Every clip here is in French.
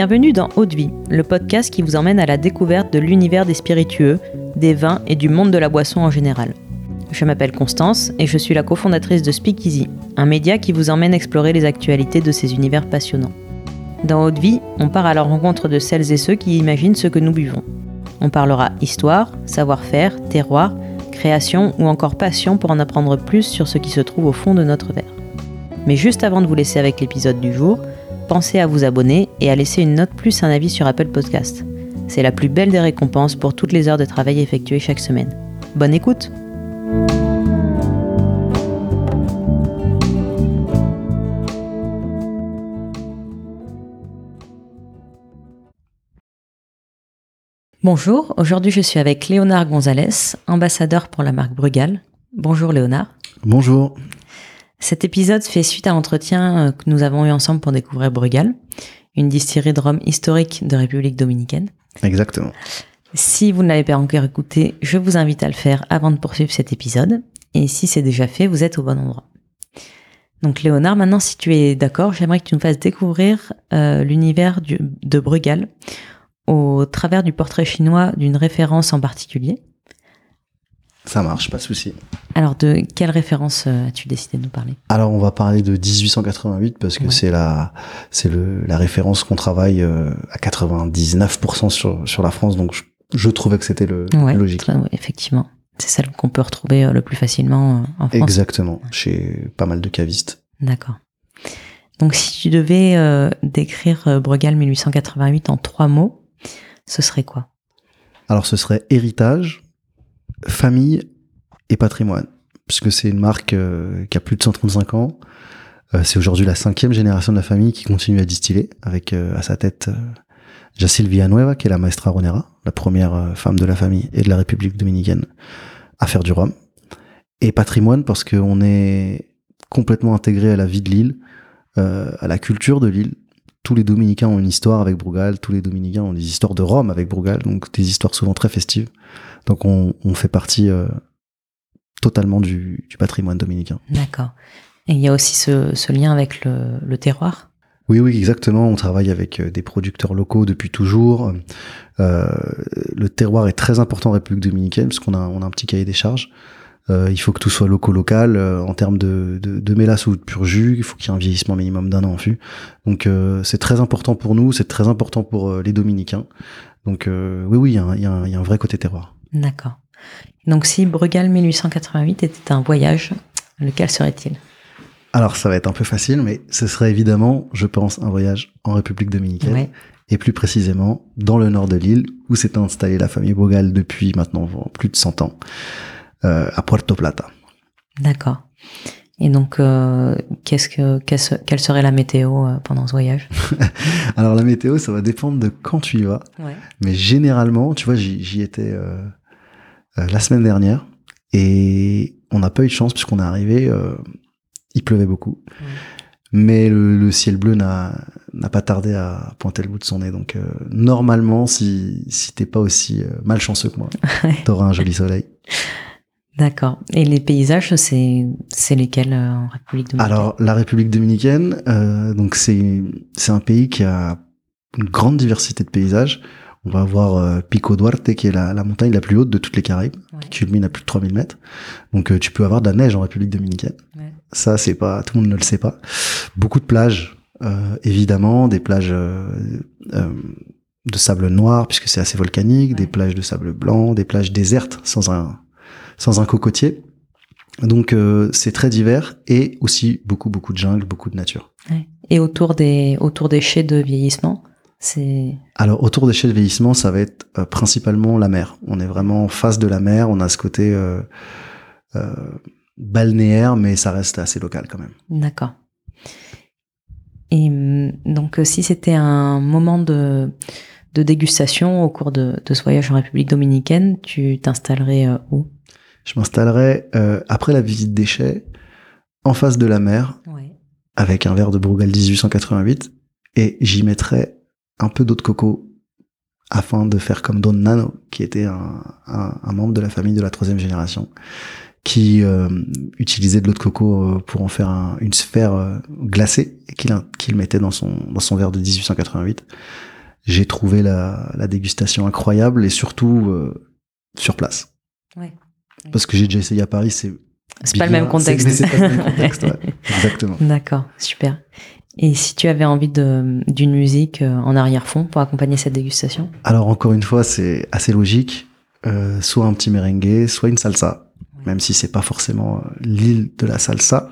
Bienvenue dans Eau de Vie, le podcast qui vous emmène à la découverte de l'univers des spiritueux, des vins et du monde de la boisson en général. Je m'appelle Constance et je suis la cofondatrice de Speakeasy, un média qui vous emmène explorer les actualités de ces univers passionnants. Dans Eau de Vie, on part à la rencontre de celles et ceux qui imaginent ce que nous buvons. On parlera histoire, savoir-faire, terroir, création ou encore passion pour en apprendre plus sur ce qui se trouve au fond de notre verre. Mais juste avant de vous laisser avec l'épisode du jour, pensez à vous abonner et à laisser une note plus un avis sur Apple Podcast. C'est la plus belle des récompenses pour toutes les heures de travail effectuées chaque semaine. Bonne écoute! Bonjour, aujourd'hui je suis avec Léonard Gonzalez, ambassadeur pour la marque Brugal. Bonjour Léonard. Bonjour. Cet épisode fait suite à l'entretien que nous avons eu ensemble pour découvrir Brugal, une distillerie de rhum historique de République dominicaine. Exactement. Si vous ne l'avez pas encore écouté, je vous invite à le faire avant de poursuivre cet épisode. Et si c'est déjà fait, vous êtes au bon endroit. Donc Léonard, maintenant si tu es d'accord, j'aimerais que tu nous fasses découvrir l'univers de Brugal au travers du portrait chinois d'une référence en particulier. Ça marche, pas de souci. Alors, de quelle référence as-tu décidé de nous parler ? Alors, on va parler de 1888 parce que c'est la référence qu'on travaille à 99% sur la France. Donc, je trouvais que c'était le logique. Effectivement. C'est celle qu'on peut retrouver le plus facilement en France. Exactement, chez pas mal de cavistes. D'accord. Donc, si tu devais décrire Brugal 1888 en 3 mots, ce serait quoi ? Alors, ce serait héritage, famille et patrimoine, puisque c'est une marque qui a plus de 135 ans. C'est aujourd'hui la 5e génération de la famille qui continue à distiller, avec à sa tête Jacil Villanueva, qui est la maestra ronera, la première femme de la famille et de la République dominicaine à faire du rhum. Et patrimoine, parce qu'on est complètement intégré à la vie de l'île, à la culture de l'île. Tous les Dominicains ont une histoire avec Brugal, tous les Dominicains ont des histoires de rhum avec Brugal, donc des histoires souvent très festives. Donc on fait partie totalement du patrimoine dominicain. D'accord. Et il y a aussi ce lien avec le terroir ? Oui, exactement. On travaille avec des producteurs locaux depuis toujours. Le terroir est très important en République dominicaine, parce qu'on a un petit cahier des charges. Il faut que tout soit local en termes de mélasse ou de pur jus. Il faut qu'il y ait un vieillissement minimum d'1 an en fût. Donc c'est très important pour nous, c'est très important pour les Dominicains. Donc oui, il y a un vrai côté terroir. D'accord. Donc si Brugal 1888 était un voyage, lequel serait-il ? Alors ça va être un peu facile, mais ce serait évidemment, je pense, un voyage en République dominicaine, et plus précisément dans le nord de l'île, où s'est installée la famille Brugal depuis maintenant plus de 100 ans. À Puerto Plata. D'accord. Et donc, quelle serait la météo pendant ce voyage ? Alors la météo, ça va dépendre de quand tu y vas. Ouais. Mais généralement, tu vois, j'y étais la semaine dernière et on n'a pas eu de chance puisqu'on est arrivé, il pleuvait beaucoup. Ouais. Mais le ciel bleu n'a pas tardé à pointer le bout de son nez. Donc normalement, si t'es pas aussi malchanceux que moi, t'auras un joli soleil. D'accord. Et les paysages, c'est lesquels en République dominicaine ? Alors, la République dominicaine, donc c'est un pays qui a une grande diversité de paysages. On va avoir Pico Duarte, qui est la montagne la plus haute de toutes les Caraïbes, qui culmine à plus de 3000 mètres. Donc, tu peux avoir de la neige en République dominicaine. Ouais. Ça, c'est pas, tout le monde ne le sait pas. Beaucoup de plages, évidemment, des plages de sable noir, puisque c'est assez volcanique, des plages de sable blanc, des plages désertes sans un cocotier. Donc c'est très divers et aussi beaucoup de jungle, beaucoup de nature. Ouais. Et autour des chais de vieillissement, Alors autour des chais de vieillissement, ça va être principalement la mer. On est vraiment en face de la mer, on a ce côté balnéaire, mais ça reste assez local quand même. D'accord. Et donc si c'était un moment de dégustation au cours de ce voyage en République dominicaine, tu t'installerais où ? Je m'installerai après la visite des chais, en face de la mer, avec un verre de Brugal 1888, et j'y mettrai un peu d'eau de coco afin de faire comme Don Nano, qui était un membre de la famille de la 3e génération, qui utilisait de l'eau de coco pour en faire une sphère glacée, et qu'il mettait dans son verre de 1888. j'ai trouvé la dégustation incroyable et surtout sur place. Ouais. Parce que j'ai déjà essayé à Paris, c'est pas le même contexte. C'est pas le même contexte, ouais. Exactement. D'accord, super. Et si tu avais envie d'une musique en arrière-fond pour accompagner cette dégustation? Alors encore une fois, c'est assez logique. Soit un petit merengue, soit une salsa. Ouais. Même si c'est pas forcément l'île de la salsa.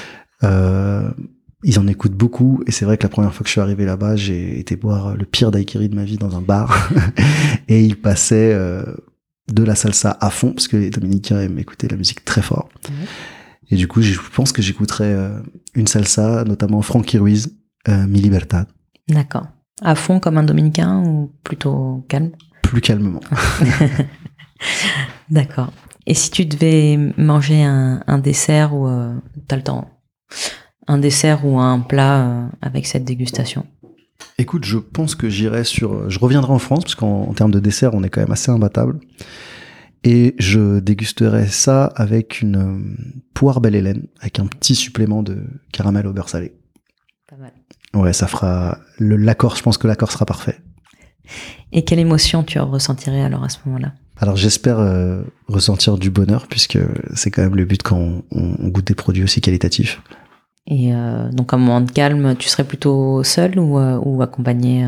Ils en écoutent beaucoup. Et c'est vrai que la première fois que je suis arrivé là-bas, j'ai été boire le pire daiquiri de ma vie dans un bar. Et ils passaient de la salsa à fond, parce que les Dominicains aiment écouter la musique très fort. Ouais. Et du coup, je pense que j'écouterais une salsa, notamment Frankie Ruiz, Mi Libertad. D'accord. À fond comme un Dominicain ou plutôt calme? Plus calmement. D'accord. Et si tu devais manger un dessert ou t'as le temps, un dessert ou un plat avec cette dégustation? Écoute, je pense que je reviendrai en France, parce qu'en termes de dessert, on est quand même assez imbattable. Et je dégusterai ça avec une poire Belle Hélène, avec un petit supplément de caramel au beurre salé. Pas mal. Ouais, ça fera l'accord. Je pense que l'accord sera parfait. Et quelle émotion tu ressentirais alors à ce moment-là? Alors j'espère ressentir du bonheur, puisque c'est quand même le but quand on goûte des produits aussi qualitatifs. Et donc un moment de calme, tu serais plutôt seul ou accompagné?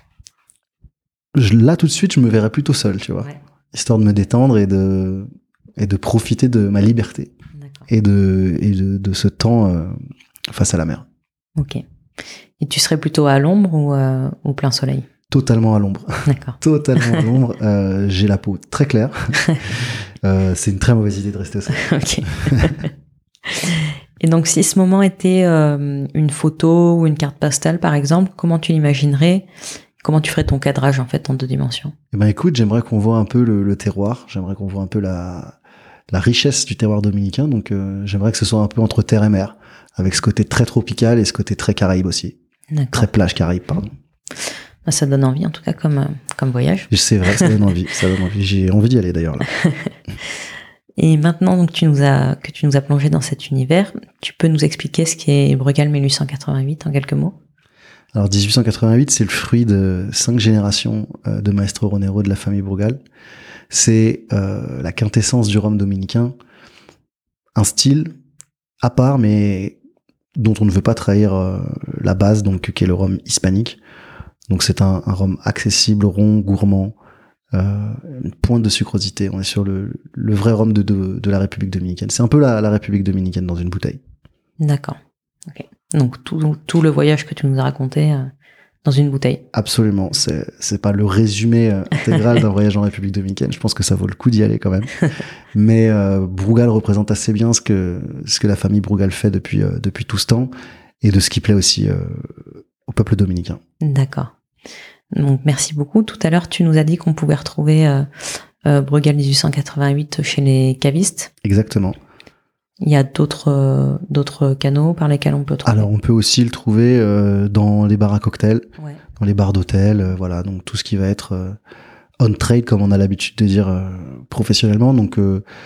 Là tout de suite, je me verrais plutôt seul, tu vois. Ouais. Histoire de me détendre et de profiter de ma liberté. D'accord. Et de ce temps face à la mer. Ok. Et tu serais plutôt à l'ombre ou plein soleil? Totalement à l'ombre. D'accord. Totalement à l'ombre. J'ai la peau très claire. C'est une très mauvaise idée de rester au soleil. Ok. Et donc, si ce moment était une photo ou une carte postale, par exemple, comment tu l'imaginerais? Comment tu ferais ton cadrage, en fait, en 2 dimensions? Eh ben, écoute, j'aimerais qu'on voit un peu le terroir. J'aimerais qu'on voit un peu la richesse du terroir dominicain. Donc, j'aimerais que ce soit un peu entre terre et mer, avec ce côté très tropical et ce côté très Caraïbe aussi. D'accord. Très plage Caraïbe, pardon. Ça donne envie, en tout cas, comme voyage. C'est vrai, ça donne envie. Ça donne envie. J'ai envie d'y aller, d'ailleurs, là. Et maintenant donc, que tu nous as plongé dans cet univers, tu peux nous expliquer ce qu'est Brugal 1888 en quelques mots? Alors 1888, c'est le fruit de 5 générations de Maestro Ronero de la famille Brugal. C'est la quintessence du rhum dominicain, un style à part, mais dont on ne veut pas trahir la base, donc qui est le rhum hispanique. Donc c'est un rhum accessible, rond, gourmand, une pointe de sucrosité. On est sur le vrai rhum de la République dominicaine. C'est un peu la République dominicaine dans une bouteille. D'accord. Okay. Donc tout le voyage que tu nous as raconté dans une bouteille. Absolument. C'est pas le résumé intégral d'un voyage en République dominicaine. Je pense que ça vaut le coup d'y aller quand même. Mais Brugal représente assez bien ce que la famille Brugal fait depuis tout ce temps et de ce qui plaît aussi au peuple dominicain. D'accord. Donc merci beaucoup. Tout à l'heure, tu nous as dit qu'on pouvait retrouver Brugal 1888 chez les cavistes. Exactement. Il y a d'autres canaux par lesquels on peut trouver. Alors on peut aussi le trouver dans les bars à cocktails, ouais. Dans les bars d'hôtel, voilà. Donc tout ce qui va être on trade, comme on a l'habitude de dire professionnellement. Donc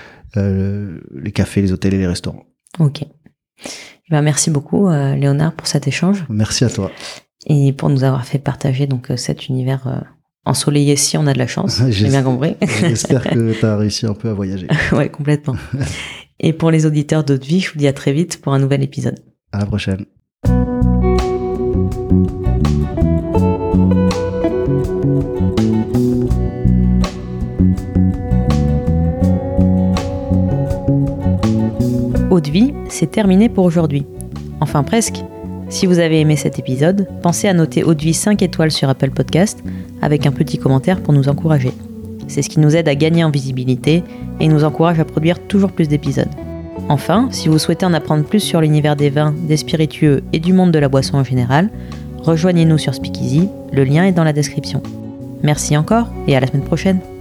les cafés, les hôtels et les restaurants. Ok. Ben, merci beaucoup Léonard pour cet échange. Merci à toi. Et pour nous avoir fait partager donc cet univers ensoleillé, si on a de la chance. J'ai bien compris. J'espère que tu as réussi un peu à voyager. Ouais, complètement. Et pour les auditeurs d'Eau de Vie, je vous dis à très vite pour un nouvel épisode. À la prochaine. Eau de Vie, c'est terminé pour aujourd'hui. Enfin presque. Si vous avez aimé cet épisode, pensez à noter Eau de Vie 5 étoiles sur Apple Podcast avec un petit commentaire pour nous encourager. C'est ce qui nous aide à gagner en visibilité et nous encourage à produire toujours plus d'épisodes. Enfin, si vous souhaitez en apprendre plus sur l'univers des vins, des spiritueux et du monde de la boisson en général, rejoignez-nous sur Speakeasy, le lien est dans la description. Merci encore et à la semaine prochaine.